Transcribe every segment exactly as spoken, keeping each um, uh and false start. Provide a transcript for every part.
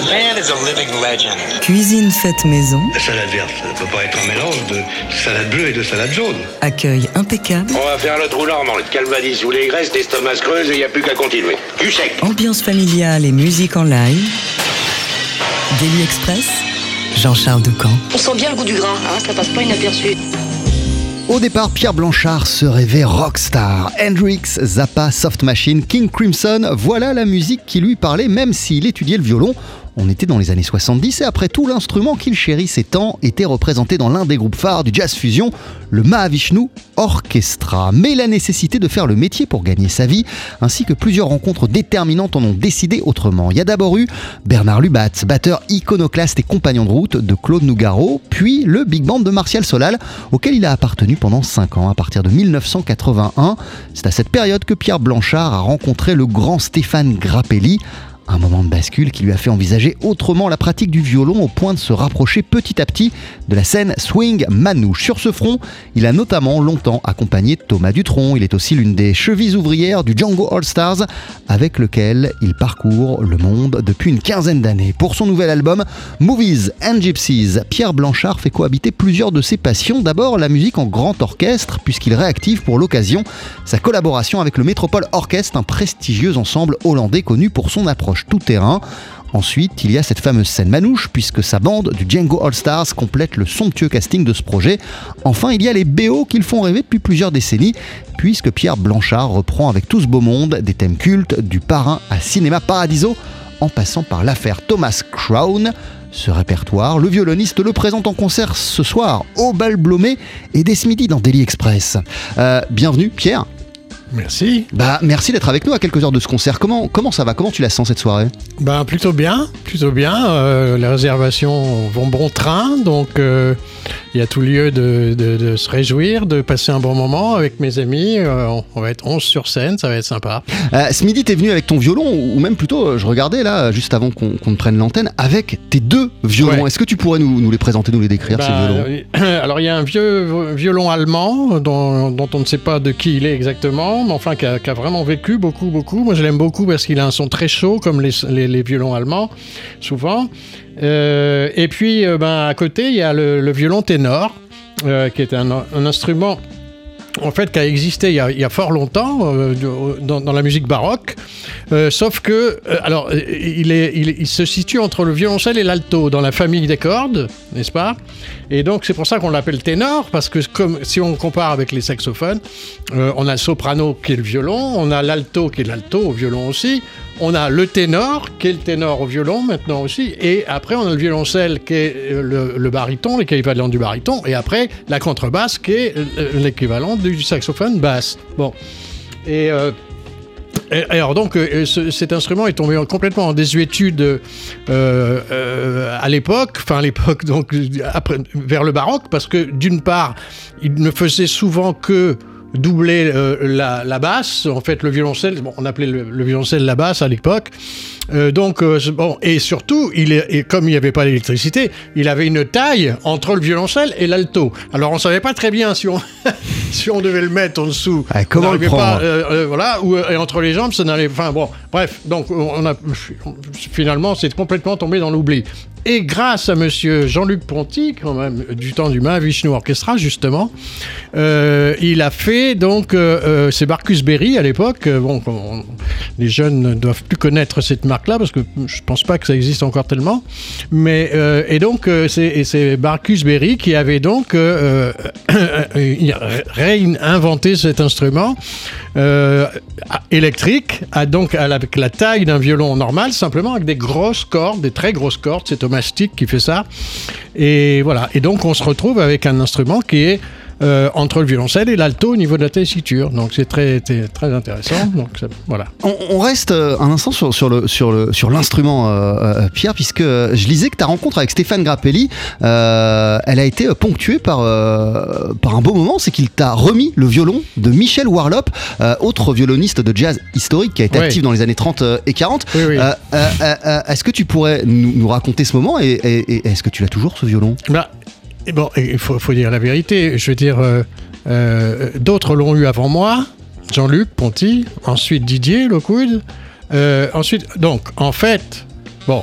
The man is a living legend. Cuisine faite maison. La salade verte, ça ne peut pas être un mélange de salade bleue et de salade jaune. Accueil impeccable. On va faire le trou normand, le calvadis ou les graisses, l'estomac se creuse et il n'y a plus qu'à continuer. Du sec. Ambiance familiale et musique en live. Daily Express, Jean-Charles Doucan. On sent bien le goût du gras, hein, ça passe pas inaperçu. Au départ, Pierre Blanchard se rêvait rockstar. Hendrix, Zappa, Soft Machine, King Crimson, voilà la musique qui lui parlait même s'il étudiait le violon. On était dans les années soixante-dix et après tout, l'instrument qu'il chérissait tant était représenté dans l'un des groupes phares du jazz fusion, le Mahavishnu Orchestra. Mais la nécessité de faire le métier pour gagner sa vie, ainsi que plusieurs rencontres déterminantes en ont décidé autrement. Il y a d'abord eu Bernard Lubat, batteur iconoclaste et compagnon de route de Claude Nougaro, puis le big band de Martial Solal, auquel il a appartenu pendant cinq ans, à partir de dix-neuf cent quatre-vingt-un. C'est à cette période que Pierre Blanchard a rencontré le grand Stéphane Grappelli. Un moment de bascule qui lui a fait envisager autrement la pratique du violon au point de se rapprocher petit à petit de la scène swing manouche. Sur ce front, il a notamment longtemps accompagné Thomas Dutronc. Il est aussi l'une des chevilles ouvrières du Django All Stars avec lequel il parcourt le monde depuis une quinzaine d'années. Pour son nouvel album Movies and Gypsies, Pierre Blanchard fait cohabiter plusieurs de ses passions. D'abord la musique en grand orchestre puisqu'il réactive pour l'occasion sa collaboration avec le Metropole Orchestre, un prestigieux ensemble hollandais connu pour son approche tout-terrain. Ensuite, il y a cette fameuse scène manouche, puisque sa bande du Django All Stars complète le somptueux casting de ce projet. Enfin, il y a les B O qui le font rêver depuis plusieurs décennies, puisque Pierre Blanchard reprend avec tout ce beau monde des thèmes cultes, du Parrain à Cinéma Paradiso, en passant par l'affaire Thomas Crown. Ce répertoire, le violoniste le présente en concert ce soir au Bal Blomet et dès ce midi dans Daily Express. Euh, bienvenue Pierre. Merci. Bah, merci d'être avec nous à quelques heures de ce concert. Comment, comment ça va ? Comment tu la sens cette soirée ? Bah, plutôt bien, plutôt bien. Euh, les réservations vont bon train, donc il euh, y a tout lieu de, de, de se réjouir, de passer un bon moment avec mes amis. Euh, on va être onze sur scène, ça va être sympa. Euh, ce midi, t'es venu avec ton violon, ou même plutôt, je regardais là, juste avant qu'on, qu'on prenne l'antenne, avec tes deux violons. Ouais. Est-ce que tu pourrais nous, nous les présenter, nous les décrire, bah, ces violons ? euh, Alors, il y a un vieux violon allemand dont, dont on ne sait pas de qui il est exactement. Mais enfin qui a, qui a vraiment vécu beaucoup, beaucoup. Moi, je l'aime beaucoup parce qu'il a un son très chaud, comme les, les, les violons allemands, souvent. Euh, et puis, euh, ben, à côté, il y a le, le violon ténor, euh, qui est un, un instrument, en fait, qui a existé il y a, il y a fort longtemps euh, dans, dans la musique baroque, euh, sauf que, euh, alors, il, est, il, il se situe entre le violoncelle et l'alto, dans la famille des cordes, n'est-ce pas ? Et donc, c'est pour ça qu'on l'appelle ténor, parce que comme si on compare avec les saxophones, euh, on a le soprano qui est le violon, on a l'alto qui est l'alto au violon aussi, on a le ténor qui est le ténor au violon maintenant aussi, et après on a le violoncelle qui est le, le baryton, l'équivalent du baryton, et après la contrebasse qui est l'équivalent du saxophone basse. Bon, et euh, Et alors donc, euh, ce, cet instrument est tombé complètement en désuétude euh, euh, à l'époque, enfin à l'époque donc après, vers le baroque, parce que d'une part, il ne faisait souvent que doubler euh, la, la basse, en fait le violoncelle, bon, on appelait le, le violoncelle la basse à l'époque, euh, donc euh, bon, et surtout, il est, et comme il n'y avait pas d'électricité, il avait une taille entre le violoncelle et l'alto. Alors on ne savait pas très bien si on, si on devait le mettre en dessous, ah, comment le pas, euh, euh, voilà, ou et entre les jambes, ça n'allait, enfin bon, bref, donc on a, finalement c'est complètement tombé dans l'oubli. Et grâce à monsieur Jean-Luc Ponty, quand même, du temps du Mahavishnu Orchestra, justement, euh, il a fait, donc, euh, euh, c'est Marcus Berry, à l'époque. Euh, bon, on, les jeunes ne doivent plus connaître cette marque-là, parce que je ne pense pas que ça existe encore tellement. Mais, euh, et donc, euh, c'est, et c'est Marcus Berry qui avait donc euh, euh, réinventé cet instrument euh, électrique, à, donc, avec la taille d'un violon normal, simplement avec des grosses cordes, des très grosses cordes. C'est Mastic qui fait ça, et voilà, et donc on se retrouve avec un instrument qui est euh, entre le violoncelle et l'alto au niveau de la tessiture, donc c'est très, très, très intéressant, donc ça, voilà. On, on reste un instant sur, sur, le, sur, le, sur l'instrument, euh, euh, Pierre, puisque je lisais que ta rencontre avec Stéphane Grappelli, euh, elle a été ponctuée par, euh, par un beau moment, c'est qu'il t'a remis le violon de Michel Warlop, euh, autre violoniste de jazz historique qui a été oui. actif dans les années trente et quarante. Oui, oui. Euh, euh, euh, est-ce que tu pourrais nous, nous raconter ce moment, et, et, et est-ce que tu l'as toujours, ce violon ? Bah, et bon, il faut, faut dire la vérité. Je veux dire, euh, euh, d'autres l'ont eu avant moi. Jean-Luc Ponty, ensuite Didier Lockwood. Euh, ensuite, donc, en fait, bon,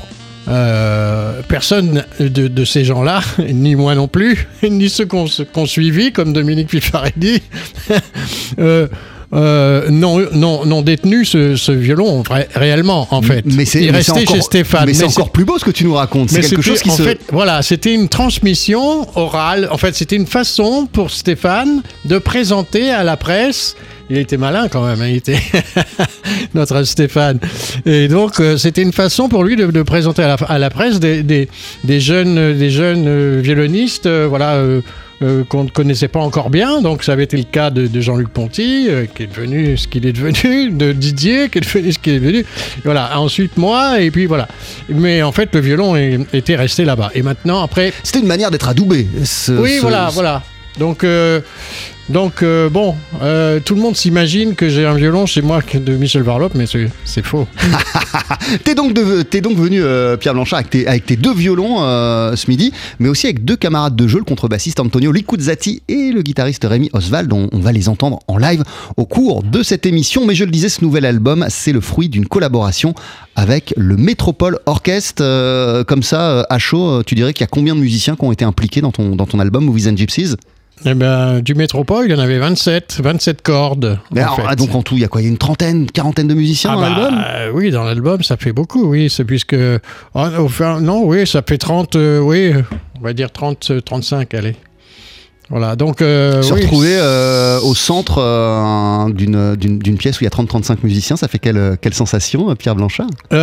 euh, personne de, de ces gens-là, ni moi non plus, ni ceux qu'on qu'on suivit, comme Dominique Pifarelli, euh, Euh, non, non, non détenu ce, ce violon ré, réellement en fait. Mais c'est, il mais restait c'est encore, chez Stéphane. Mais c'est mais encore c'est, plus beau ce que tu nous racontes. C'est quelque chose qui en se. fait, voilà, c'était une transmission orale. En fait, c'était une façon pour Stéphane de présenter à la presse. Il était malin quand même, hein, il était notre Stéphane. Et donc, euh, c'était une façon pour lui de, de présenter à la, à la presse des, des, des jeunes, des jeunes euh, violonistes, euh, voilà. Euh, Euh, qu'on ne connaissait pas encore bien, donc ça avait été le cas de, de Jean-Luc Ponty, euh, qui est devenu ce qu'il est devenu, de Didier, qui est devenu ce qu'il est devenu, voilà, ensuite moi, et puis voilà. Mais en fait, le violon est, était resté là-bas. Et maintenant, après... C'était une manière d'être adoubé. Ce, oui, ce, voilà, ce... voilà. Donc... Euh, Donc, euh, bon, euh, tout le monde s'imagine que j'ai un violon chez moi de Michel Varlop, mais c'est, c'est faux. t'es, donc de, t'es donc venu, euh, Pierre Blanchard, avec tes, avec tes deux violons euh, ce midi, mais aussi avec deux camarades de jeu, le contrebassiste Antonio Licuzzati et le guitariste Rémi Oswald. On, on va les entendre en live au cours de cette émission. Mais je le disais, ce nouvel album, c'est le fruit d'une collaboration avec le Métropole Orchestre. Euh, comme ça, à chaud, tu dirais qu'il y a combien de musiciens qui ont été impliqués dans ton, dans ton album Movies and Gypsies ? Eh ben, du Métropole, il y en avait vingt-sept, vingt-sept cordes. Mais alors, ah, donc en tout, il y a quoi ? Il y a une trentaine, quarantaine de musiciens ah dans bah, l'album ? euh, Oui, dans l'album, ça fait beaucoup, oui. C'est puisque. Oh, enfin, non, oui, ça fait trente, euh, oui, on va dire trente, trente-cinq, allez. Voilà, donc. Euh, Se oui. retrouver euh, au centre euh, d'une, d'une, d'une pièce où il y a trente à trente-cinq musiciens, ça fait quelle, quelle sensation, Pierre Blanchard ?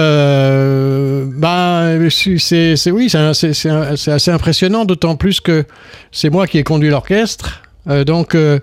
euh, bah, c'est, c'est, oui, c'est, c'est, c'est, c'est assez impressionnant, d'autant plus que c'est moi qui ai conduit l'orchestre. Euh, donc, euh,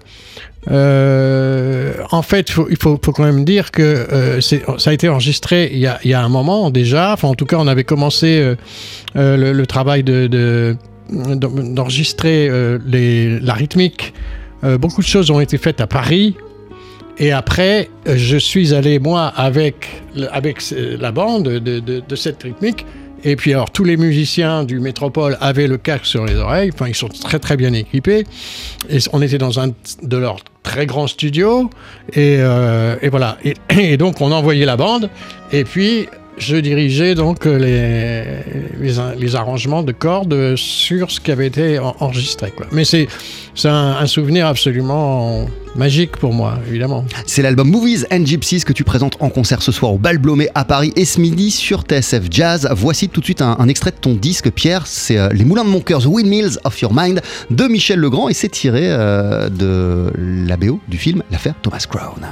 euh, en fait, faut, il faut, faut quand même dire que euh, c'est, ça a été enregistré il y a, il y a un moment déjà. Enfin, en tout cas, on avait commencé euh, euh, le, le travail de. de d'enregistrer euh, les, la rythmique. Euh, beaucoup de choses ont été faites à Paris. Et après, euh, je suis allé, moi, avec, avec la bande de, de, de cette rythmique. Et puis, alors, tous les musiciens du Métropole avaient le casque sur les oreilles. Enfin, ils sont très, très bien équipés. Et on était dans un de leurs très grands studios. Et, euh, et voilà. Et, et donc, on envoyait la bande. Et puis... je dirigeais donc les, les, les arrangements de cordes sur ce qui avait été enregistré, quoi. Mais c'est, c'est un, un souvenir absolument magique pour moi, évidemment. C'est l'album Movies and Gypsies que tu présentes en concert ce soir au Bal Blomet à Paris et ce midi sur T S F Jazz. Voici tout de suite un, un extrait de ton disque, Pierre. C'est euh, Les Moulins de mon cœur, The Windmills of Your Mind de Michel Legrand et c'est tiré euh, de la B O du film L'affaire Thomas Crown.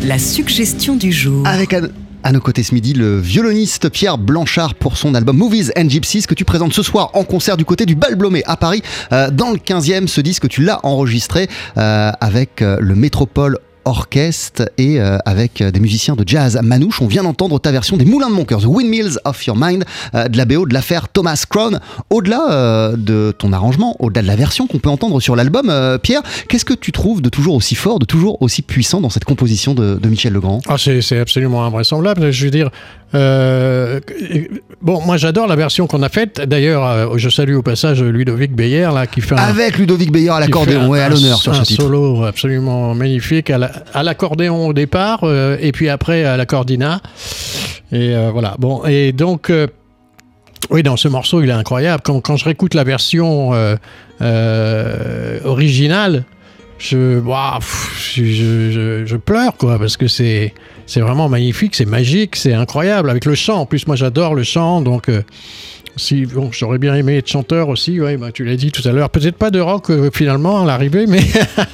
La suggestion du jour. Avec à, à nos côtés ce midi, le violoniste Pierre Blanchard pour son album Movies and Gypsies que tu présentes ce soir en concert du côté du Bal Blomet à Paris. Euh, dans le quinzième, ce disque, tu l'as enregistré euh, avec euh, le Métropole Orchestre et euh, avec euh, des musiciens de jazz manouche. On vient d'entendre ta version des Moulins de mon cœur, The Windmills of Your Mind, euh, de la B O de l'affaire Thomas Crown. Au-delà euh, de ton arrangement, au-delà de la version qu'on peut entendre sur l'album, euh, Pierre, qu'est-ce que tu trouves de toujours aussi fort, de toujours aussi puissant dans cette composition de, de Michel Legrand ? Ah, c'est, c'est absolument invraisemblable. Je veux dire, euh, bon, moi j'adore la version qu'on a faite. D'ailleurs, euh, je salue au passage Ludovic Beyer là, qui fait un, avec Ludovic Beyer à l'accordéon, ouais, à l'honneur sur ce titre. Un solo absolument magnifique à, la, à l'accordéon au départ euh, et puis après à l'accordina. Et euh, voilà. Bon, et donc. Euh, Oui, dans ce morceau, il est incroyable. Quand, quand je réécoute la version euh, euh, originale, je, wow, je, je, je pleure, quoi, parce que c'est, c'est vraiment magnifique, c'est magique, c'est incroyable. Avec le chant, en plus, moi j'adore le chant, donc euh, si, bon, j'aurais bien aimé être chanteur aussi, ouais, bah, tu l'as dit tout à l'heure. Peut-être pas de rock euh, finalement à l'arrivée, mais,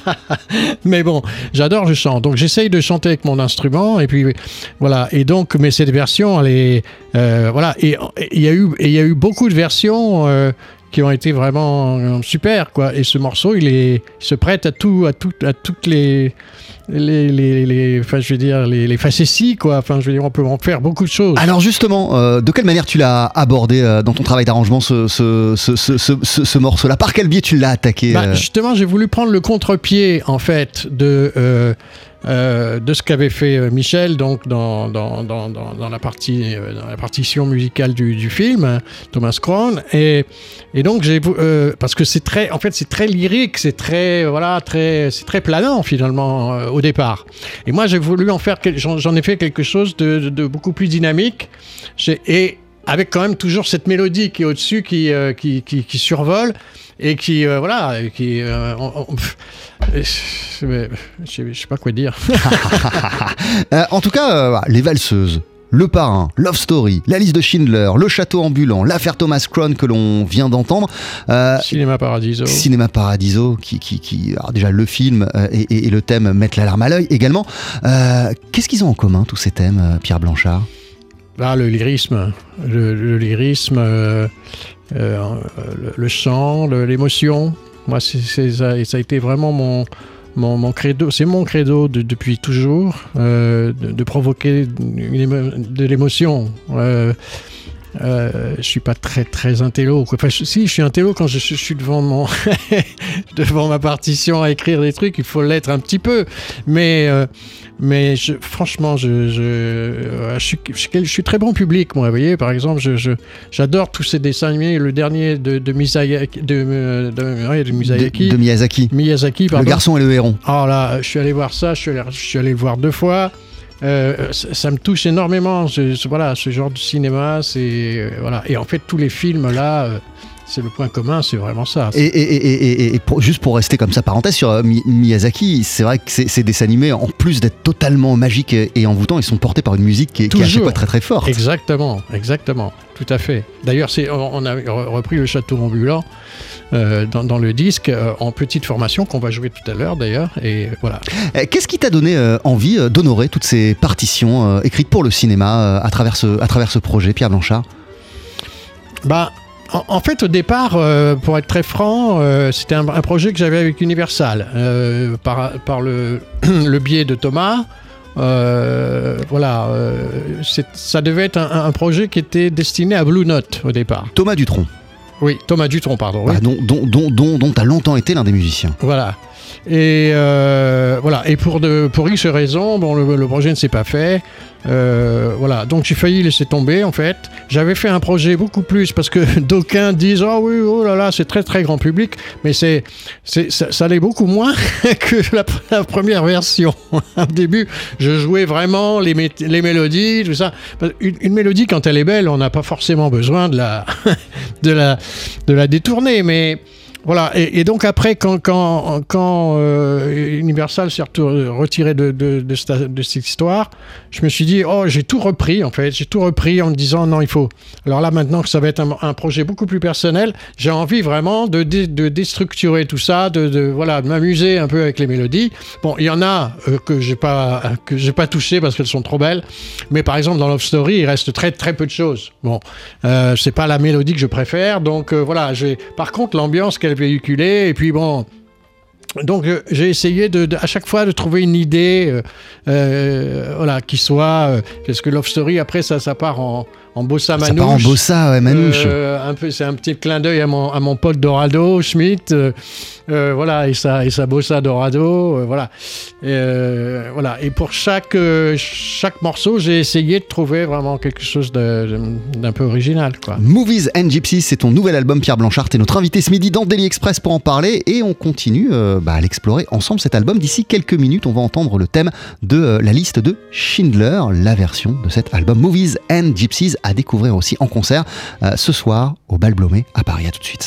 mais bon, j'adore le chant. Donc j'essaye de chanter avec mon instrument, et puis voilà. Et donc, mais cette version, elle est. Euh, voilà, et il y a eu, il y a eu beaucoup de versions euh, qui ont été vraiment super, quoi. Et ce morceau, il est, il se prête à tout, à tout, à toutes les, les, les, les, enfin, je veux dire, les, les facéties, quoi. Enfin, je veux dire, on peut en faire beaucoup de choses. Alors justement, euh, de quelle manière tu l'as abordé euh, dans ton travail d'arrangement, ce, ce, ce, ce, ce, ce, ce morceau-là ? Par quel biais tu l'as attaqué ? Bah, euh... Justement, j'ai voulu prendre le contre-pied, en fait, de. Euh, Euh, de ce qu'avait fait euh, Michel donc dans, dans, dans, dans, dans, la, partie, euh, dans la partition musicale du, du film, hein, Thomas Crown, et, et donc j'ai euh, parce que c'est très en fait c'est très lyrique, c'est très voilà très c'est très planant finalement euh, au départ, et moi j'ai voulu en faire j'en, j'en ai fait quelque chose de, de, de beaucoup plus dynamique, j'ai, et avec quand même toujours cette mélodie qui est au-dessus, qui, euh, qui, qui, qui survole et qui, euh, voilà, qui... Euh, on, on, je ne sais pas quoi dire. euh, en tout cas, euh, Les Valseuses, Le Parrain, Love Story, La Liste de Schindler, Le Château Ambulant, L'Affaire Thomas Crown que l'on vient d'entendre. Euh, Cinéma Paradiso. Cinéma Paradiso, qui, qui, qui alors déjà le film euh, et, et, et le thème mettent la larme à l'œil également. Euh, qu'est-ce qu'ils ont en commun, tous ces thèmes, euh, Pierre Blanchard ? Ah, le lyrisme, le, le lyrisme, euh, euh, le, le chant, le, l'émotion. Moi, c'est, c'est, ça, ça a été vraiment mon, mon, mon credo. C'est mon credo de, depuis toujours, euh, de, de provoquer une émo, de l'émotion. Euh, Euh, je suis pas très très intello, quoi. Enfin, je, si je suis intello quand je, je suis devant mon devant ma partition à écrire des trucs, il faut l'être un petit peu, mais euh, mais je, franchement je je, euh, je, suis, je suis très bon public, moi, vous voyez, par exemple je, je j'adore tous ces dessins animés, le dernier de de Miyazaki de, de, ouais, de Miyazaki de, de Miyazaki Miyazaki pardon. Le garçon et le héron. Oh là, je suis allé voir ça, je suis allé, je suis allé le voir deux fois. Euh, ça, ça me touche énormément, je, je, voilà, ce genre de cinéma, c'est, euh, voilà. Et en fait, tous les films là, euh, c'est le point commun, c'est vraiment ça. Et, et, et, et, et pour, juste pour rester comme ça, parenthèse sur euh, Miyazaki, c'est vrai que ces, ces dessins animés, en plus d'être totalement magiques et, et envoûtants, ils sont portés par une musique qui est, qui est à chaque fois très très forte. Exactement, exactement, tout à fait. D'ailleurs, c'est, on a repris Le Château Ambulant euh, dans, dans le disque euh, en petite formation qu'on va jouer tout à l'heure d'ailleurs, et voilà. Qu'est-ce qui t'a donné euh, envie euh, d'honorer toutes ces partitions euh, écrites pour le cinéma euh, à travers ce, à travers ce projet, Pierre Blanchard ? Bah. En fait, au départ, euh, pour être très franc, euh, c'était un, un projet que j'avais avec Universal, euh, par, par le, le biais de Thomas. Euh, voilà, euh, c'est, ça devait être un, un projet qui était destiné à Blue Note au départ. Thomas Dutronc. Oui, Thomas Dutronc, pardon. Bah, oui. Dont, dont, dont, dont, dont tu as longtemps été l'un des musiciens. Voilà. Et euh, voilà. Et pour de pour X raisons, bon, le, le projet ne s'est pas fait. Euh, voilà. Donc j'ai failli laisser tomber en fait. J'avais fait un projet beaucoup plus parce que d'aucuns disent oh oui oh là là c'est très très grand public, mais c'est c'est ça, ça allait beaucoup moins que la, la première version. Au début, je jouais vraiment les mé- les mélodies tout ça. Une, une mélodie quand elle est belle, on n'a pas forcément besoin de la de la de la détourner, mais Voilà, et, et donc après, quand, quand, quand euh, Universal s'est retiré de, de, de, cette, de cette histoire, je me suis dit, oh, j'ai tout repris, en fait. J'ai tout repris en me disant, non, il faut... Alors là, maintenant que ça va être un, un projet beaucoup plus personnel, j'ai envie vraiment de, de, de déstructurer tout ça, de, de, voilà, de m'amuser un peu avec les mélodies. Bon, il y en a euh, que j'ai pas, que j'ai pas touché parce qu'elles sont trop belles, mais par exemple, dans Love Story, il reste très, très peu de choses. Bon, euh, c'est pas la mélodie que je préfère, donc euh, voilà, j'ai... Par contre, l'ambiance qu'elle véhiculée, et puis bon, donc euh, j'ai essayé de, de, à chaque fois de trouver une idée euh, euh, voilà, qui soit, euh, parce que Love Story après ça, ça part en, en bossa manouche. Ça part en bossa, ouais, manouche. Euh, un peu, c'est un petit clin d'œil à mon, à mon pote Dorado, Schmidt, euh, euh, voilà, et sa, et sa bossa Dorado, euh, voilà. Et, euh, voilà. Et pour chaque, euh, chaque morceau, j'ai essayé de trouver vraiment quelque chose de, de, d'un peu original, quoi. Movies and Gypsies, c'est ton nouvel album, Pierre Blanchard, t'es notre invité ce midi dans Daily Express pour en parler, et on continue euh, bah, à l'explorer ensemble cet album. D'ici quelques minutes, on va entendre le thème de euh, la liste de Schindler, la version de cet album Movies and Gypsies, à découvrir aussi en concert euh, ce soir au Bal Blomet à Paris. À tout de suite.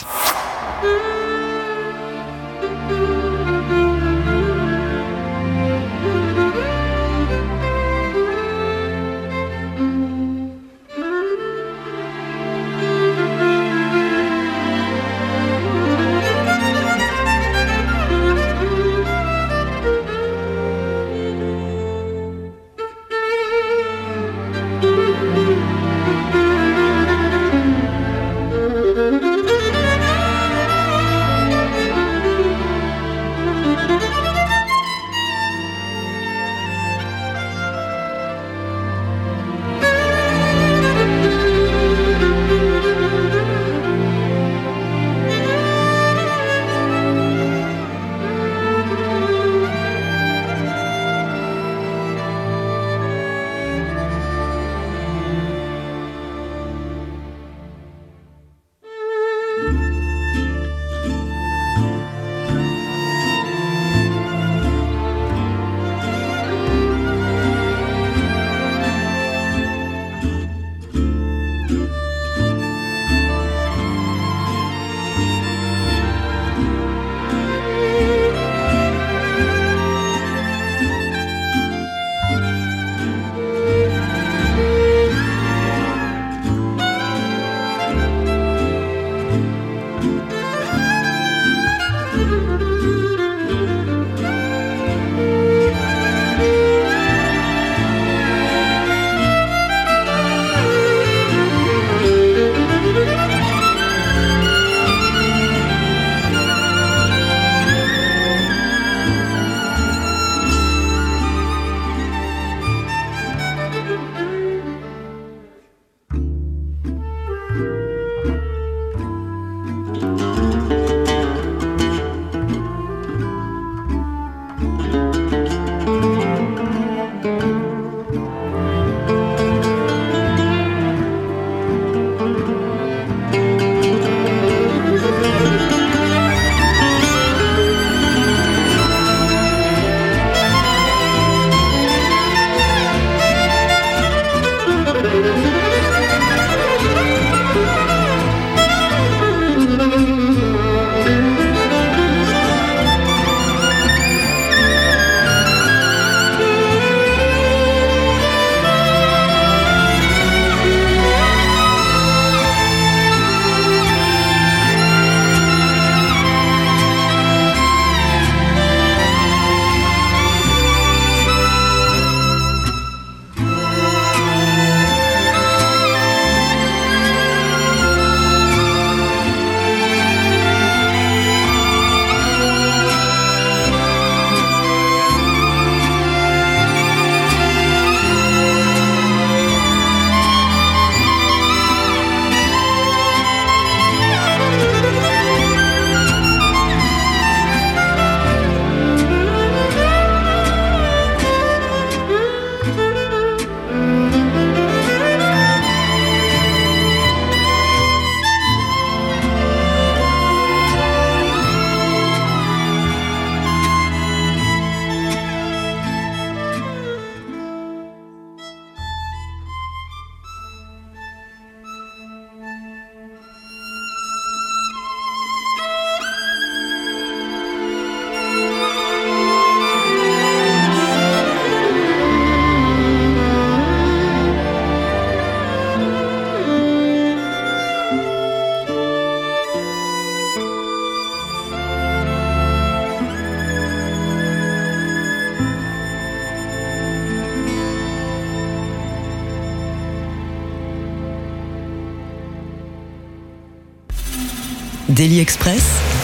Daily Express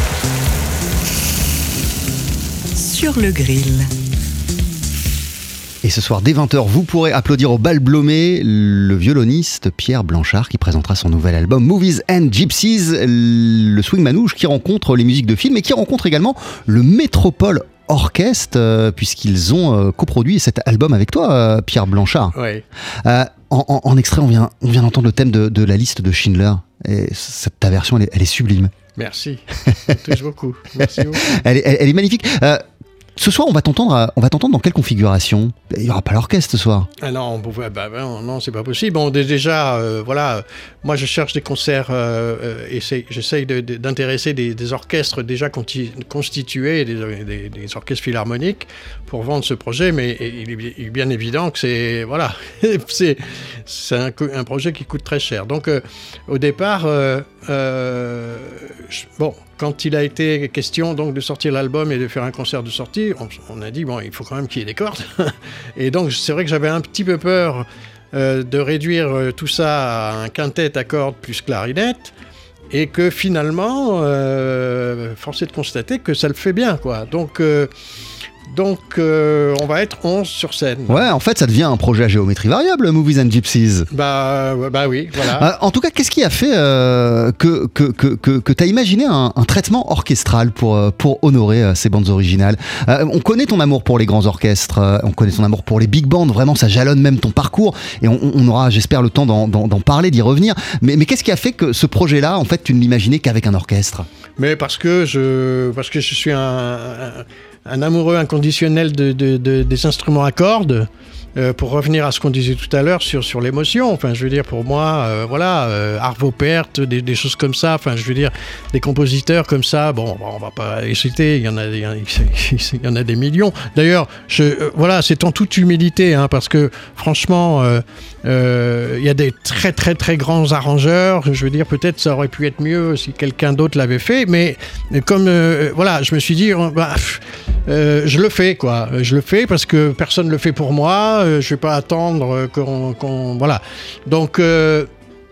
sur le grill. Et ce soir, dès vingt heures, vous pourrez applaudir au bal Blomet le violoniste Pierre Blanchard qui présentera son nouvel album Movies and Gypsies, le swing manouche qui rencontre les musiques de films et qui rencontre également le Métropole Orchestre, euh, puisqu'ils ont euh, coproduit cet album avec toi, euh, Pierre Blanchard. Oui. Euh, en, en, en extrait, on vient, on vient d'entendre le thème de, de la liste de Schindler. Et cette, ta version, elle est, elle est sublime. Merci. Ça touche beaucoup. Merci beaucoup. Elle est, elle, elle est magnifique. Euh, Ce soir, on va t'entendre, on va t'entendre dans quelle configuration ? Il n'y aura pas l'orchestre ce soir. Ah non, on pouvait, bah, bah, non, non, c'est pas possible. Bon, déjà, euh, voilà, moi je cherche des concerts euh, et j'essaye de, de, d'intéresser des, des orchestres déjà conti- constitués, des, des, des orchestres philharmoniques, pour vendre ce projet. Mais il est, il est bien évident que c'est, voilà, c'est, c'est un, un projet qui coûte très cher. Donc, euh, au départ, euh, euh, je, bon. Quand il a été question donc de sortir l'album et de faire un concert de sortie, on, on a dit bon, il faut quand même qu'il y ait des cordes. Et donc c'est vrai que j'avais un petit peu peur euh, de réduire euh, tout ça à un quintet à cordes plus clarinette, et que finalement, euh, force est de constater que ça le fait bien, quoi. Donc euh, Donc, euh, on va être onze sur scène. Ouais, en fait, ça devient un projet à géométrie variable, Movies and Gypsies. Bah, bah oui, voilà. Euh, en tout cas, qu'est-ce qui a fait euh, que, que, que, que, que tu as imaginé un, un traitement orchestral pour, pour honorer euh, ces bandes originales ? euh, On connaît ton amour pour les grands orchestres, euh, on connaît ton amour pour les big bands, vraiment, ça jalonne même ton parcours, et on, on aura, j'espère, le temps d'en, d'en, d'en parler, d'y revenir. Mais, mais qu'est-ce qui a fait que ce projet-là, en fait, tu ne l'imaginais qu'avec un orchestre ? Mais parce que je, parce que je suis un... un... un amoureux inconditionnel de, de, de, des instruments à cordes, euh, pour revenir à ce qu'on disait tout à l'heure sur, sur l'émotion. Enfin, je veux dire, pour moi, euh, voilà, euh, Arvo Pärt, des, des choses comme ça. Enfin, je veux dire, des compositeurs comme ça, bon, on va pas hésiter, il y en a, il y en a, il y en a des millions. D'ailleurs, je, euh, voilà, c'est en toute humilité, hein, parce que franchement, euh, euh, il y a des très, très, très grands arrangeurs. Je veux dire, peut-être ça aurait pu être mieux si quelqu'un d'autre l'avait fait, mais comme, euh, voilà, je me suis dit, bah, pff, Euh, je le fais, quoi. Je le fais parce que personne ne le fait pour moi. Euh, je ne vais pas attendre qu'on... qu'on voilà. Donc... Euh,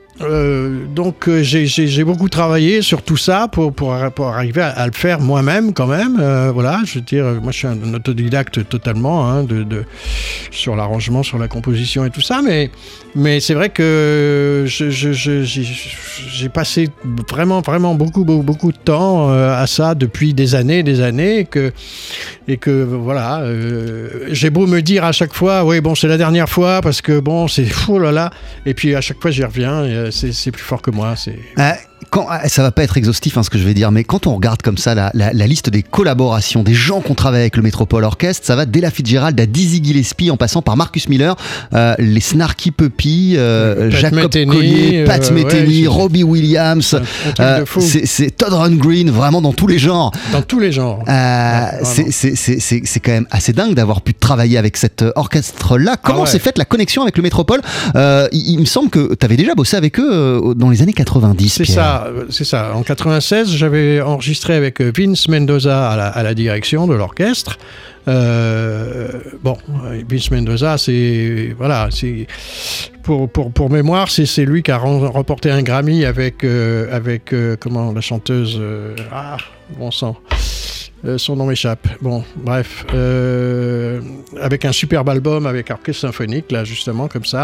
Euh, donc euh, j'ai, j'ai, j'ai beaucoup travaillé sur tout ça pour, pour, pour arriver à, à le faire moi-même quand même. Euh, voilà, je veux dire, moi je suis un autodidacte totalement, hein, de, de, sur l'arrangement, sur la composition et tout ça, mais, mais c'est vrai que je, je, je, j'ai, j'ai passé vraiment, vraiment beaucoup, beaucoup, beaucoup de temps euh, à ça depuis des années et des années, et que, et que voilà, euh, j'ai beau me dire à chaque fois, oui bon c'est la dernière fois parce que bon c'est fou là là, et puis à chaque fois j'y reviens. Et, C'est, c'est plus fort que moi. C'est... Euh, quand, ça va pas être exhaustif, hein, ce que je vais dire, mais quand on regarde comme ça la, la, la liste des collaborations, des gens qu'on travaille avec le Métropole Orchestre, ça va d'Ella Fitzgerald à Dizzy Gillespie en passant par Marcus Miller, euh, les Snarky Puppy, euh, Pat Jacob Metheny, Collier, Pat euh, Metheny, ouais, Robbie Williams, un, un euh, c'est, c'est Todd Rundgren, vraiment dans tous les genres. Dans tous les genres. Euh, ouais, c'est, c'est, c'est, c'est, c'est quand même assez dingue d'avoir pu travailler avec cet orchestre-là. Comment ah ouais. s'est faite la connexion avec le Métropole ? euh, il, il me semble que tu avais déjà bossé avec eux euh, dans les années quatre-vingt-dix. C'est Pierre. ça, c'est ça. En quatre-vingt-seize, j'avais enregistré avec Vince Mendoza à la, à la direction de l'orchestre. Euh, bon, Vince Mendoza, c'est voilà, c'est pour pour pour mémoire, c'est c'est lui qui a remporté un Grammy avec euh, avec euh, comment la chanteuse euh, ah bon sang. Euh, son nom m'échappe. Bon, bref, euh, avec un superbe album avec orchestre symphonique là justement comme ça.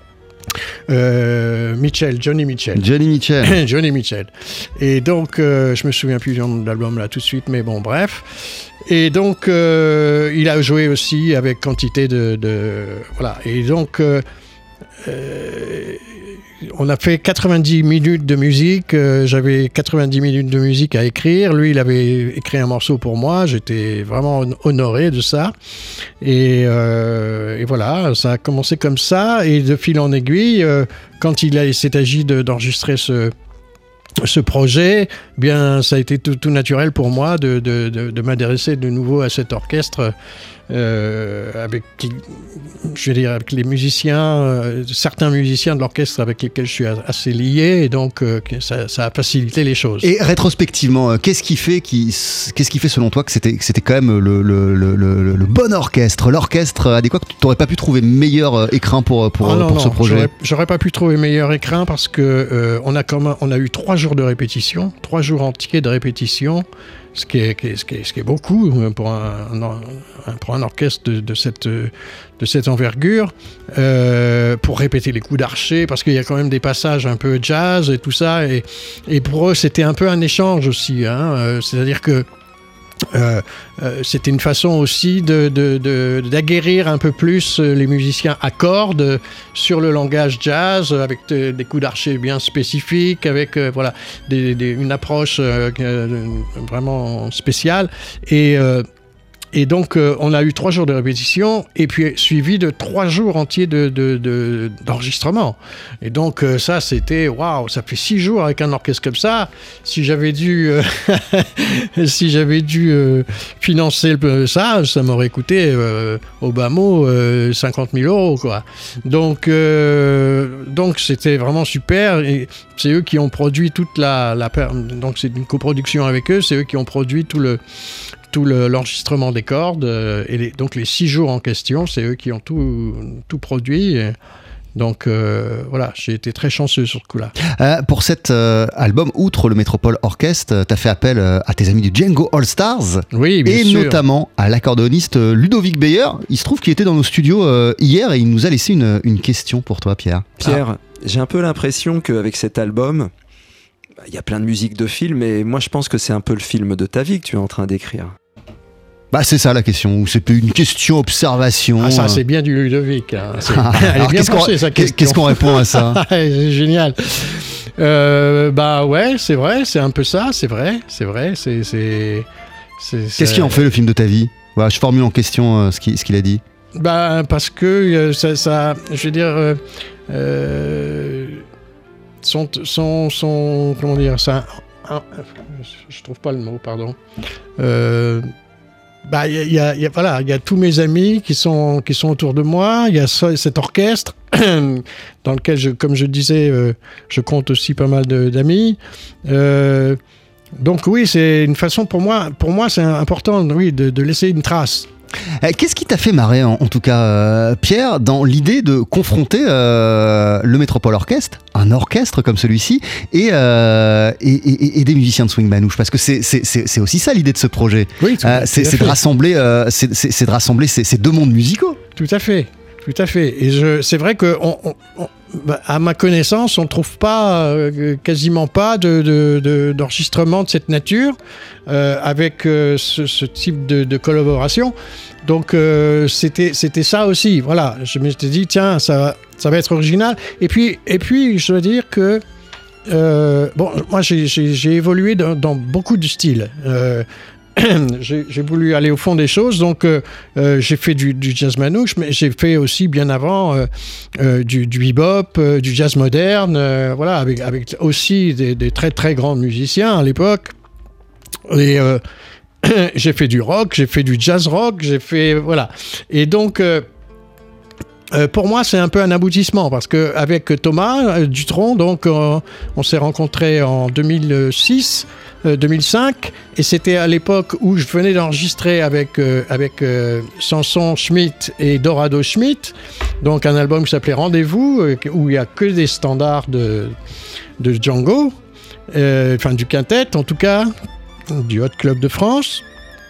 Euh, Mitchell, Johnny Mitchell. Johnny Mitchell. Johnny Mitchell. Et donc, euh, je me souviens plus du nom de l'album là tout de suite, mais bon, bref. Et donc, euh, il a joué aussi avec quantité de, de voilà. Et donc, euh, euh, on a fait quatre-vingt-dix minutes de musique. Euh, j'avais quatre-vingt-dix minutes de musique à écrire. Lui, il avait écrit un morceau pour moi. J'étais vraiment honoré de ça. Et, euh, et voilà, ça a commencé comme ça. Et de fil en aiguille, euh, quand il, a, il s'est agi de, d'enregistrer ce, ce projet, eh bien, ça a été tout, tout naturel pour moi de, de, de, de m'adresser de nouveau à cet orchestre. euh, avec, je veux dire, avec les musiciens, euh, certains musiciens de l'orchestre avec lesquels je suis assez lié, et donc euh, ça, ça a facilité les choses. Et rétrospectivement, qu'est-ce qui fait, qui, qu'est-ce qui fait selon toi que c'était, que c'était quand même le, le, le, le, le bon orchestre, l'orchestre adéquat, que tu n'aurais pas pu trouver meilleur écrin pour, pour, ah non, pour non, ce projet? J'aurais, j'aurais pas pu trouver meilleur écrin parce que euh, on a quand même, on a eu trois jours de répétition, trois jours entiers de répétition, ce qui est, ce qui est, ce qui est beaucoup pour un, un, pour un orchestre de, de, cette, de cette envergure, euh, pour répéter les coups d'archet, parce qu'il y a quand même des passages un peu jazz et tout ça, et, et pour eux c'était un peu un échange aussi, hein, euh, c'est-à-dire que Euh, euh, c'était une façon aussi de, de, de, d'aguerrir un peu plus les musiciens à cordes sur le langage jazz, avec de, des coups d'archet bien spécifiques, avec euh, voilà, des, des, une approche euh, vraiment spéciale. Et, euh, et donc, euh, on a eu trois jours de répétition, et puis suivi de trois jours entiers de, de, de, d'enregistrement. Et donc, euh, ça, c'était, waouh, ça fait six jours avec un orchestre comme ça. Si j'avais dû, euh, si j'avais dû euh, financer le, ça, ça m'aurait coûté, euh, au bas mot, euh, cinquante mille euros, quoi. Donc, euh, donc, c'était vraiment super. Et c'est eux qui ont produit toute la, la... Donc, c'est une coproduction avec eux. C'est eux qui ont produit tout le... tout le, l'enregistrement des cordes, euh, et les, donc les six jours en question, c'est eux qui ont tout, tout produit. Et donc euh, voilà, j'ai été très chanceux sur ce coup-là. Euh, pour cet euh, album, outre le Metropole Orchestre, tu as fait appel euh, à tes amis du Django All Stars, oui, bien et sûr. notamment à l'accordéoniste Ludovic Beyer. Il se trouve qu'il était dans nos studios euh, hier, et il nous a laissé une, une question pour toi, Pierre. Pierre, ah. j'ai un peu l'impression qu'avec cet album, il y a plein de musiques de films, et moi je pense que c'est un peu le film de ta vie que tu es en train d'écrire. Bah c'est ça la question, ou c'est une question observation. Ah ça c'est bien du Ludovic, hein. C'est... Ah, elle est bien pensée sa question. Qu'est-ce qu'on répond à ça? C'est génial. Euh, bah ouais, c'est vrai, c'est un peu ça, c'est vrai, c'est vrai, c'est... c'est, c'est Qu'est-ce c'est... qui en fait le film de ta vie? Voilà, je formule en question euh, ce, qu'il, ce qu'il a dit. Bah parce que euh, ça, ça, je veux dire... Euh, euh, son, son, son... Comment dire ça un, je trouve pas le mot, pardon. Euh... Bah, il y, y a, y a, voilà, il y a tous mes amis qui sont, qui sont autour de moi. Il y a ce, cet orchestre dans lequel, je, comme je disais, euh, je compte aussi pas mal de, d'amis. Euh, donc oui, c'est une façon pour moi. Pour moi, c'est important, oui, de, de laisser une trace. Qu'est-ce qui t'a fait marrer, en, en tout cas, euh, Pierre, dans l'idée de confronter euh, le Metropole Orchestre, un orchestre comme celui-ci, et, euh, et, et, et des musiciens de swing manouche? Parce que c'est, c'est, c'est, c'est aussi ça l'idée de ce projet. Oui, euh, c'est, c'est, de rassembler, euh, c'est, c'est, c'est de rassembler ces, ces deux mondes musicaux. Tout à fait, tout à fait. Et je, c'est vrai que, on, on, on, bah, à ma connaissance, on ne trouve pas, euh, quasiment pas de, de, de, d'enregistrement de cette nature euh, avec euh, ce, ce type de, de collaboration. Donc euh, c'était, c'était ça aussi. Voilà, je me suis dit, tiens, ça, ça va être original. Et puis, et puis je dois dire que, euh, bon, moi j'ai, j'ai, j'ai évolué dans, dans beaucoup de styles. Euh, J'ai, j'ai voulu aller au fond des choses, donc euh, euh, j'ai fait du, du jazz manouche, mais j'ai fait aussi bien avant euh, euh, du, du bebop, euh, du jazz moderne, euh, voilà, avec, avec aussi des, des très très grands musiciens à l'époque. Et euh, j'ai fait du rock, j'ai fait du jazz rock, j'ai fait voilà. Et donc euh, Euh, pour moi, c'est un peu un aboutissement parce que avec Thomas euh, Dutronc, donc euh, on s'est rencontrés en deux mille six, euh, deux mille cinq, et c'était à l'époque où je venais d'enregistrer avec euh, avec euh, Samson Schmidt et Dorado Schmidt, donc un album qui s'appelait Rendez-vous, euh, où il y a que des standards de de Django, euh, enfin du quintet en tout cas, du Hot Club de France.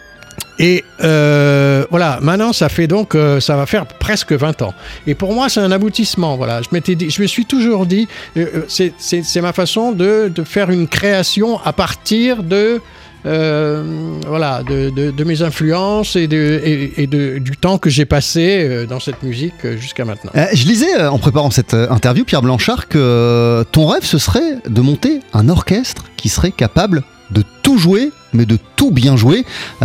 Et euh, voilà, maintenant ça fait donc, euh, ça va faire presque vingt ans. Et pour moi, c'est un aboutissement. Voilà, je m'étais dit, je me suis toujours dit, euh, c'est, c'est, c'est ma façon de, de faire une création à partir de, euh, voilà, de, de, de mes influences et, de, et, et de, du temps que j'ai passé dans cette musique jusqu'à maintenant. Euh, je lisais en préparant cette interview, Pierre Blanchard, que ton rêve ce serait de monter un orchestre qui serait capable de tout jouer, mais de tout bien jouer.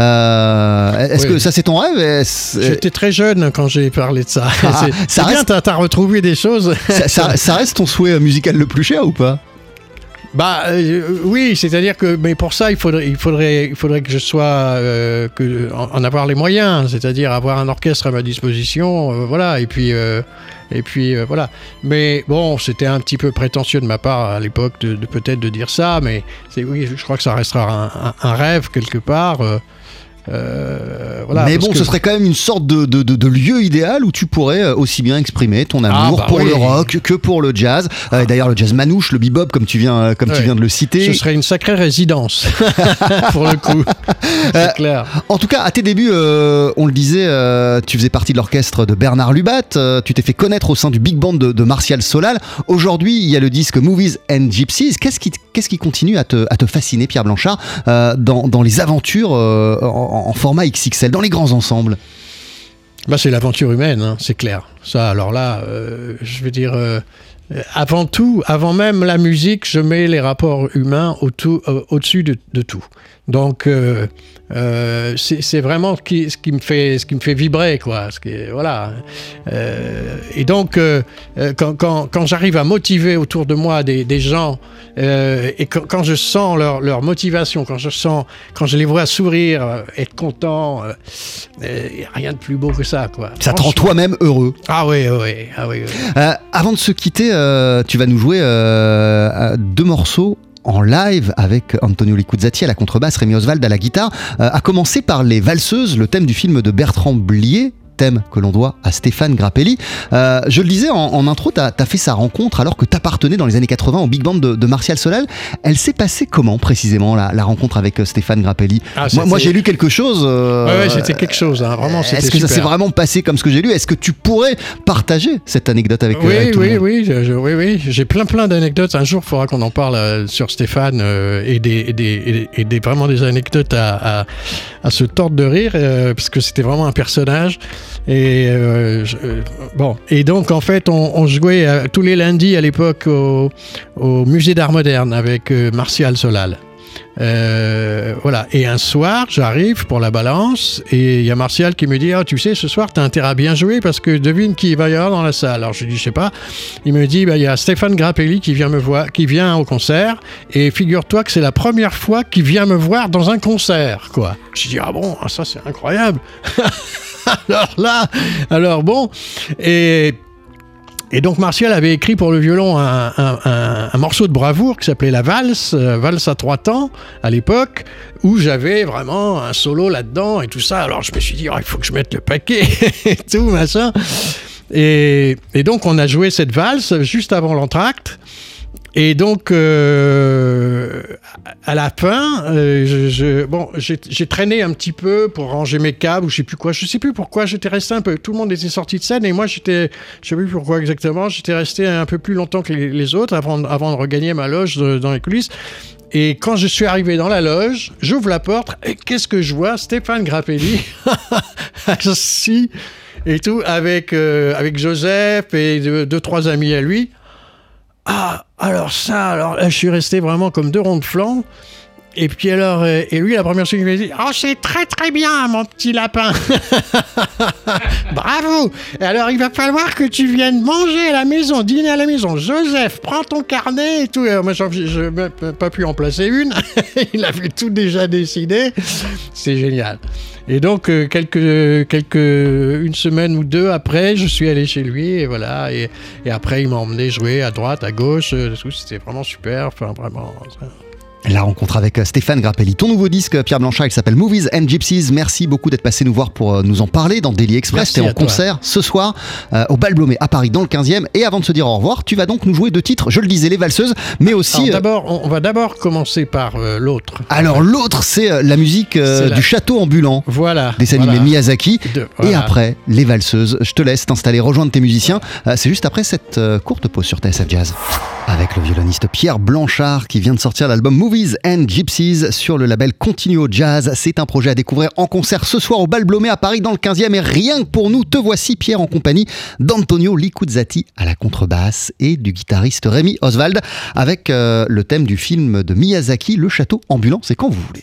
Euh, est-ce oui. que ça c'est ton rêve? Est-ce... J'étais très jeune quand j'ai parlé de ça. Ah, c'est ça c'est reste... bien, t'as, t'as retrouvé des choses. ça, ça, ça reste ton souhait musical le plus cher ou pas? Bah euh, oui, c'est-à-dire que, mais pour ça, il faudrait, il faudrait, il faudrait que je sois, euh, que, en, en avoir les moyens, c'est-à-dire avoir un orchestre à ma disposition, euh, voilà, et puis, euh, et puis euh, voilà. Mais bon, c'était un petit peu prétentieux de ma part à l'époque de, de peut-être de dire ça, mais c'est, oui, je crois que ça restera un, un, un rêve quelque part. Euh, Euh, voilà, mais bon, que... ce serait quand même une sorte de, de, de, de lieu idéal où tu pourrais aussi bien exprimer ton amour ah bah pour oui. le rock que pour le jazz. Euh, d'ailleurs, le jazz manouche, le bebop, comme tu viens, comme ouais. tu viens de le citer. Ce serait une sacrée résidence, pour le coup. C'est euh, clair. En tout cas, à tes débuts, euh, on le disait, euh, tu faisais partie de l'orchestre de Bernard Lubat. Euh, tu t'es fait connaître au sein du big band de, de Martial Solal. Aujourd'hui, il y a le disque Movies and Gypsies. Qu'est-ce qui, qu'est-ce qui continue à te, à te fasciner, Pierre Blanchard, euh, dans, dans les aventures euh, en, en format X X L, dans les grands ensembles? Bah, c'est l'aventure humaine, hein, c'est clair. Ça, alors là, euh, je veux dire, euh, avant tout, avant même la musique, je mets les rapports humains au tout, euh, au-dessus de, de tout. Donc, euh, euh, c'est, c'est vraiment ce qui, ce qui me fait, ce qui me fait vibrer, quoi. Ce qui, voilà. Euh, et donc, euh, quand, quand, quand j'arrive à motiver autour de moi des, des gens, euh, et quand, quand je sens leur, leur motivation, quand je sens, quand je les vois sourire, euh, être contents, euh, euh, rien de plus beau que ça, quoi. Ça te rend toi-même heureux. Ah oui, oui, ah oui. oui. Euh, avant de se quitter, euh, tu vas nous jouer euh, deux morceaux en live avec Antonio Licuzatti à la contrebasse, Rémi Oswald à la guitare, euh, à commencer par Les Valseuses, le thème du film de Bertrand Blier, thème que l'on doit à Stéphane Grappelli. Euh, je le disais en, en intro, tu as fait sa rencontre alors que tu appartenais dans les années quatre-vingts au big band de, de Martial Solal. Elle s'est passée comment précisément, la, la rencontre avec Stéphane Grappelli? ah, moi, moi j'ai lu quelque chose. Euh, ouais, ouais, c'était quelque chose, hein, vraiment. C'était Est-ce que super. Ça s'est vraiment passé comme ce que j'ai lu? Est-ce que tu pourrais partager cette anecdote avec, oui, euh, avec tout oui, le monde? oui, je, je, oui, oui, j'ai plein plein d'anecdotes. Un jour, il faudra qu'on en parle euh, sur Stéphane euh, et, des, et, des, et, des, et des vraiment des anecdotes à, à, à se tordre de rire euh, parce que c'était vraiment un personnage. Et euh, je, euh, bon, et donc en fait, on, on jouait euh, tous les lundis à l'époque au, au musée d'art moderne avec euh, Martial Solal. Euh, voilà. Et un soir, j'arrive pour la balance et il y a Martial qui me dit « Ah, tu sais, ce soir, t'as intérêt à bien jouer parce que devine qui va y avoir dans la salle. » Alors je dis « Je sais pas. » Il me dit bah, « Il y a Stéphane Grappelli qui vient me voir, qui vient au concert et figure-toi que c'est la première fois qu'il vient me voir dans un concert, quoi. » Je dis « Ah bon, ça c'est incroyable. » Alors là, alors bon, et... Et donc Martial avait écrit pour le violon un, un, un, un morceau de bravoure qui s'appelait La Valse, euh, Valse à trois temps, à l'époque, où j'avais vraiment un solo là-dedans et tout ça. Alors je me suis dit, oh, il faut que je mette le paquet et tout, machin. Et, et donc on a joué cette valse juste avant l'entracte. Et donc, euh, à la fin, euh, je, je, bon, j'ai, j'ai traîné un petit peu pour ranger mes câbles ou je sais plus quoi. Je sais plus pourquoi. J'étais resté un peu. Tout le monde était sorti de scène et moi, j'étais, je sais plus pourquoi exactement. J'étais resté un peu plus longtemps que les, les autres avant, avant de regagner ma loge de, dans les coulisses. Et quand je suis arrivé dans la loge, j'ouvre la porte et qu'est-ce que je vois? Stéphane Grappelli assis et tout avec euh, avec Joseph et deux, deux trois amis à lui. Ah, alors ça, alors là, je suis resté vraiment comme deux ronds de flanc. Et puis alors, et lui, la première chose qu'il m'a dit, oh, c'est très très bien, mon petit lapin. Bravo. Et alors, il va falloir que tu viennes manger à la maison, dîner à la maison. Joseph, prends ton carnet et tout. Et alors, moi, je n'ai pas pu en placer une. Il avait tout déjà décidé. C'est génial. Et donc, euh, quelques, quelques, une semaine ou deux après, je suis allé chez lui, et voilà. Et, et après, il m'a emmené jouer à droite, à gauche. Euh, tout, c'était vraiment super. Enfin, vraiment. Ça... La rencontre avec Stéphane Grappelli. Ton nouveau disque, Pierre Blanchard, il s'appelle Movies and Gypsies. Merci beaucoup d'être passé nous voir pour nous en parler dans Daily Express. T'es en concert ce soir euh, au Bal Blomet à Paris dans le quinzième. Et avant de se dire au revoir, tu vas donc nous jouer deux titres, je le disais, Les Valseuses, mais aussi... Alors, d'abord, on, on va d'abord commencer par euh, l'autre. Alors l'autre, c'est euh, la musique euh, c'est la... du château ambulant. Voilà. Des animés voilà. Miyazaki. De, voilà. Et après, Les Valseuses. Je te laisse t'installer, rejoindre tes musiciens. Euh, c'est juste après cette euh, courte pause sur T S F Jazz. Avec le violoniste Pierre Blanchard qui vient de sortir l'album Movies and Gypsies sur le label Continuo Jazz. C'est un projet à découvrir en concert ce soir au Bal Blomet à Paris dans le quinzième. Et rien que pour nous, te voici Pierre en compagnie d'Antonio Licuzatti à la contrebasse et du guitariste Rémi Oswald avec euh, le thème du film de Miyazaki, Le Château Ambulant. C'est quand vous voulez.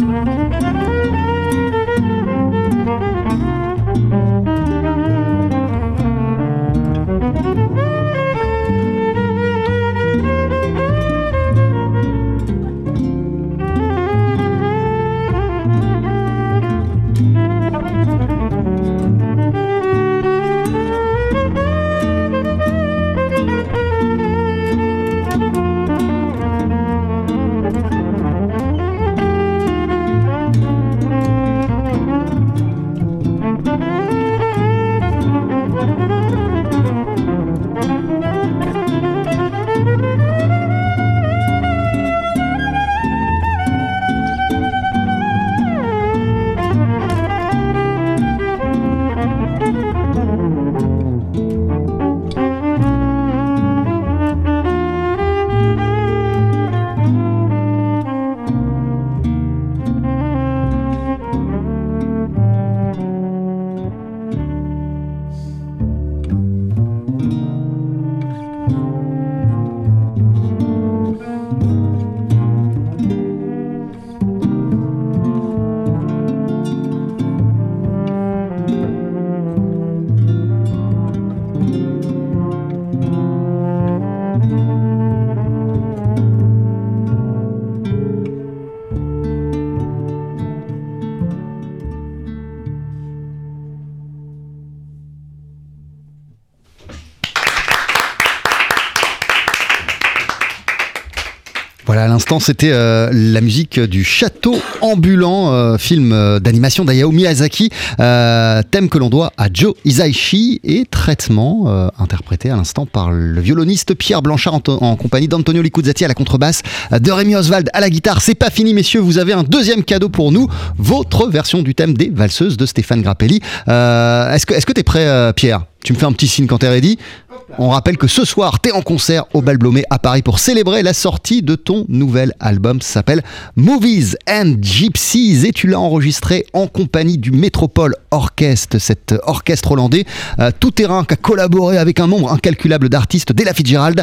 Voilà, à l'instant, c'était euh, la musique du Château ambulant, euh, film euh, d'animation d'Hayao Miyazaki, euh, thème que l'on doit à Joe Hisaishi et traitement euh, interprété à l'instant par le violoniste Pierre Blanchard en, to- en compagnie d'Antonio Licuzzi à la contrebasse, de Rémi Oswald à la guitare. C'est pas fini, messieurs, vous avez un deuxième cadeau pour nous, votre version du thème des valseuses de Stéphane Grappelli. Euh, est-ce que est-ce que t'es prêt, euh, Pierre ? Tu me fais un petit signe quand t'es ready. On rappelle que ce soir, t'es en concert au Bal Blomet à Paris pour célébrer la sortie de ton nouvel album. Ça s'appelle Movies and Gypsies et tu l'as enregistré en compagnie du Métropole Orchestre, cet orchestre hollandais euh, tout terrain qui a collaboré avec un nombre incalculable d'artistes, d'Ella Fitzgerald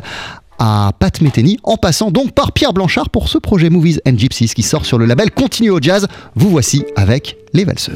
à Pat Metheny, en passant donc par Pierre Blanchard pour ce projet Movies and Gypsies qui sort sur le label Continuo Jazz. Vous voici avec Les Valseuses.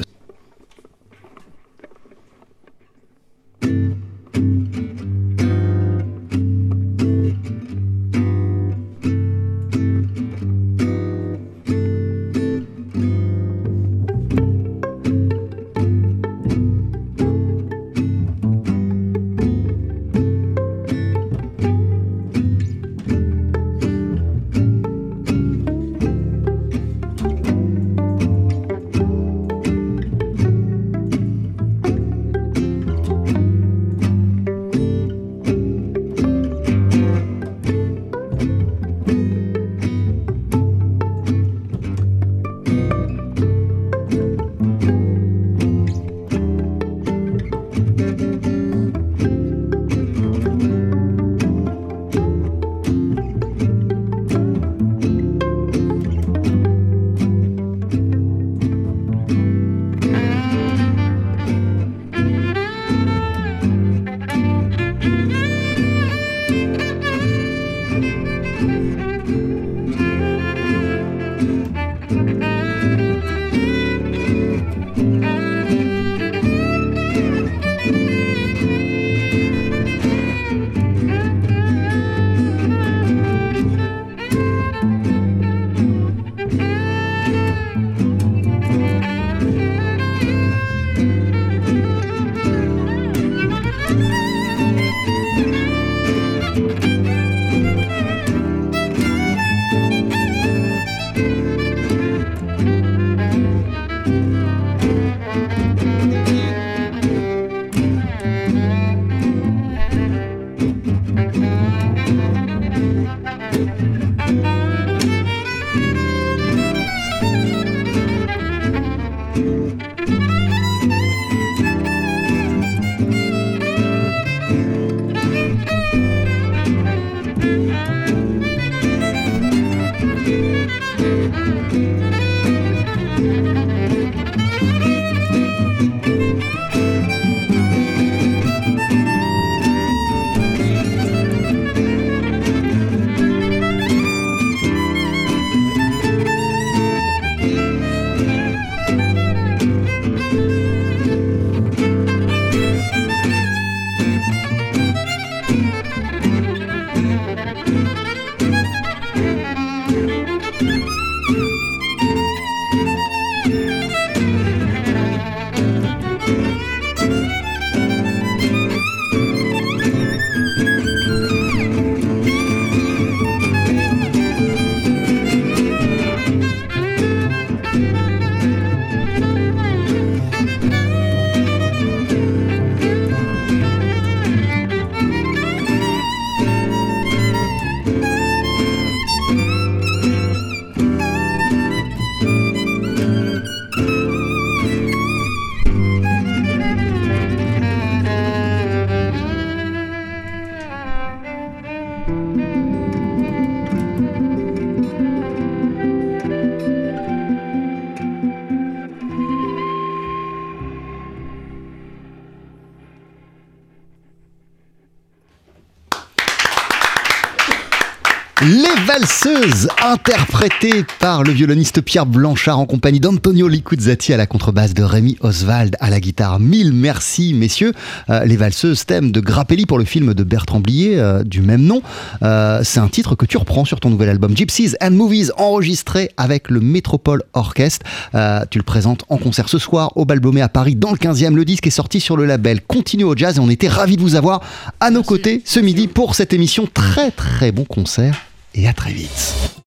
Les valseuses, interprétées par le violoniste Pierre Blanchard en compagnie d'Antonio Licuzzati à la contrebasse, de Rémi Oswald à la guitare. Mille merci messieurs. Euh, les valseuses, thème de Grappelli pour le film de Bertrand Blier euh, du même nom. Euh, c'est un titre que tu reprends sur ton nouvel album Gypsies and Movies, enregistré avec le Métropole Orchestre. Euh, tu le présentes en concert ce soir au Bal Blomet à Paris dans le quinzième. Le disque est sorti sur le label Continue au Jazz et on était ravis de vous avoir à nos côtés ce midi pour cette émission. Très très bon concert et à très vite.